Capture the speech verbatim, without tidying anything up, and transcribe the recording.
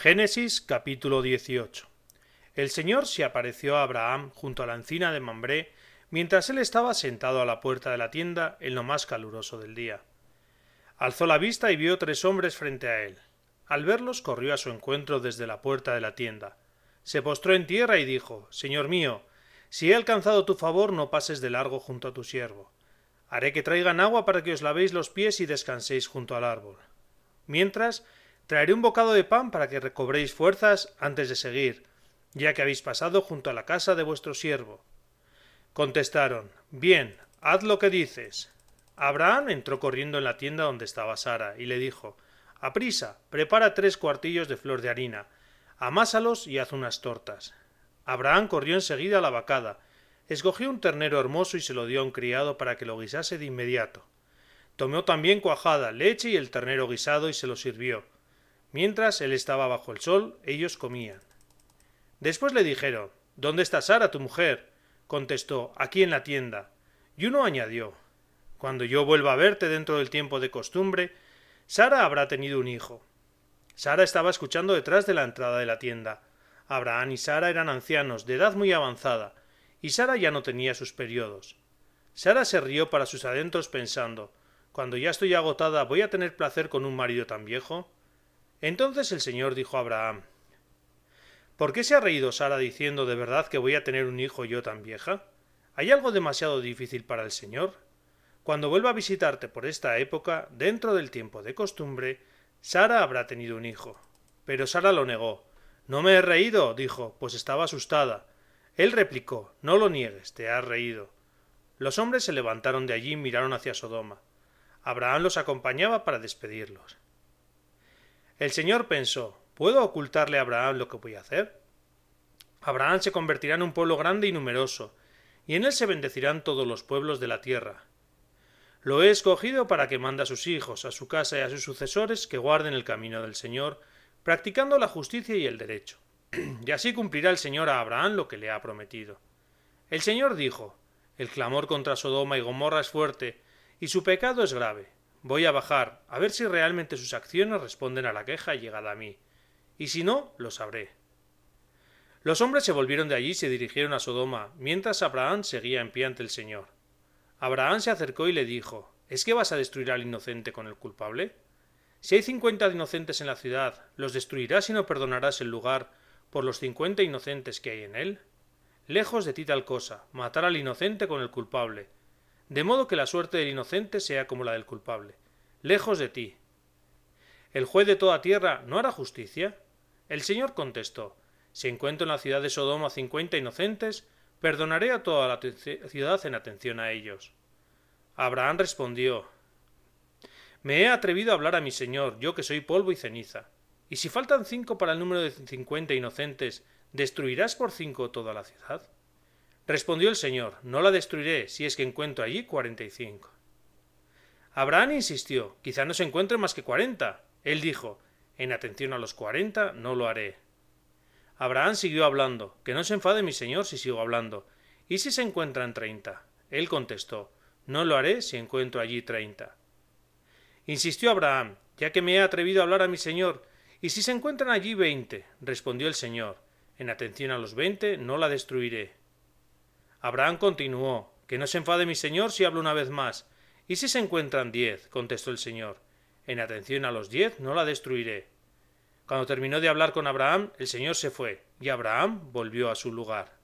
Génesis capítulo dieciocho. El Señor se apareció a Abraham junto a la encina de Mambré, mientras él estaba sentado a la puerta de la tienda en lo más caluroso del día. Alzó la vista y vio tres hombres frente a él. Al verlos corrió a su encuentro desde la puerta de la tienda. Se postró en tierra y dijo: Señor mío, si he alcanzado tu favor, no pases de largo junto a tu siervo. Haré que traigan agua para que os lavéis los pies y descanséis junto al árbol. Mientras, traeré un bocado de pan para que recobréis fuerzas antes de seguir, ya que habéis pasado junto a la casa de vuestro siervo. Contestaron: Bien, haz lo que dices. Abraham entró corriendo en la tienda donde estaba Sara y le dijo: Aprisa, prepara tres cuartillos de flor de harina, amásalos y haz unas tortas. Abraham corrió enseguida a la vacada, escogió un ternero hermoso y se lo dio a un criado para que lo guisase de inmediato. Tomó también cuajada, leche y el ternero guisado y se lo sirvió. Mientras él estaba bajo el sol, ellos comían. Después le dijeron: ¿Dónde está Sara, tu mujer? Contestó: Aquí en la tienda. Y uno añadió: Cuando yo vuelva a verte dentro del tiempo de costumbre, Sara habrá tenido un hijo. Sara estaba escuchando detrás de la entrada de la tienda. Abraham y Sara eran ancianos, de edad muy avanzada, y Sara ya no tenía sus periodos. Sara se rió para sus adentros pensando: Cuando ya estoy agotada, ¿voy a tener placer con un marido tan viejo? Entonces el Señor dijo a Abraham: ¿Por qué se ha reído Sara diciendo de verdad que voy a tener un hijo yo tan vieja? ¿Hay algo demasiado difícil para el Señor? Cuando vuelva a visitarte por esta época, dentro del tiempo de costumbre, Sara habrá tenido un hijo. Pero Sara lo negó. No me he reído, dijo, pues estaba asustada. Él replicó: No lo niegues, te has reído. Los hombres se levantaron de allí y miraron hacia Sodoma. Abraham los acompañaba para despedirlos. El Señor pensó: ¿Puedo ocultarle a Abraham lo que voy a hacer? Abraham se convertirá en un pueblo grande y numeroso, y en él se bendecirán todos los pueblos de la tierra. Lo he escogido para que mande a sus hijos, a su casa y a sus sucesores que guarden el camino del Señor, practicando la justicia y el derecho. Y así cumplirá el Señor a Abraham lo que le ha prometido. El Señor dijo: El clamor contra Sodoma y Gomorra es fuerte, y su pecado es grave. Voy a bajar, a ver si realmente sus acciones responden a la queja llegada a mí. Y si no, lo sabré. Los hombres se volvieron de allí y se dirigieron a Sodoma, mientras Abraham seguía en pie ante el Señor. Abraham se acercó y le dijo: ¿Es que vas a destruir al inocente con el culpable? Si hay cincuenta inocentes en la ciudad, ¿los destruirás y no perdonarás el lugar por los cincuenta inocentes que hay en él? Lejos de ti tal cosa, matar al inocente con el culpable, de modo que la suerte del inocente sea como la del culpable. Lejos de ti. ¿El juez de toda tierra no hará justicia? El Señor contestó: Si encuentro en la ciudad de Sodoma cincuenta inocentes, perdonaré a toda la ciudad en atención a ellos. Abraham respondió: Me he atrevido a hablar a mi Señor, yo que soy polvo y ceniza. ¿Y si faltan cinco para el número de cincuenta inocentes, destruirás por cinco toda la ciudad? Respondió el Señor: No la destruiré si es que encuentro allí cuarenta y cinco. Abraham insistió: Quizá no se encuentren más que cuarenta. Él dijo: En atención a los cuarenta no lo haré. Abraham siguió hablando: Que no se enfade mi Señor si sigo hablando. ¿Y si se encuentran treinta? Él contestó: No lo haré si encuentro allí treinta. Insistió Abraham: Ya que me he atrevido a hablar a mi Señor, ¿y si se encuentran allí veinte? Respondió el Señor: En atención a los veinte no la destruiré. Abraham continuó: Que no se enfade mi Señor si hablo una vez más. ¿Y si se encuentran diez? Contestó el Señor: En atención a los diez no la destruiré. Cuando terminó de hablar con Abraham, el Señor se fue, y Abraham volvió a su lugar.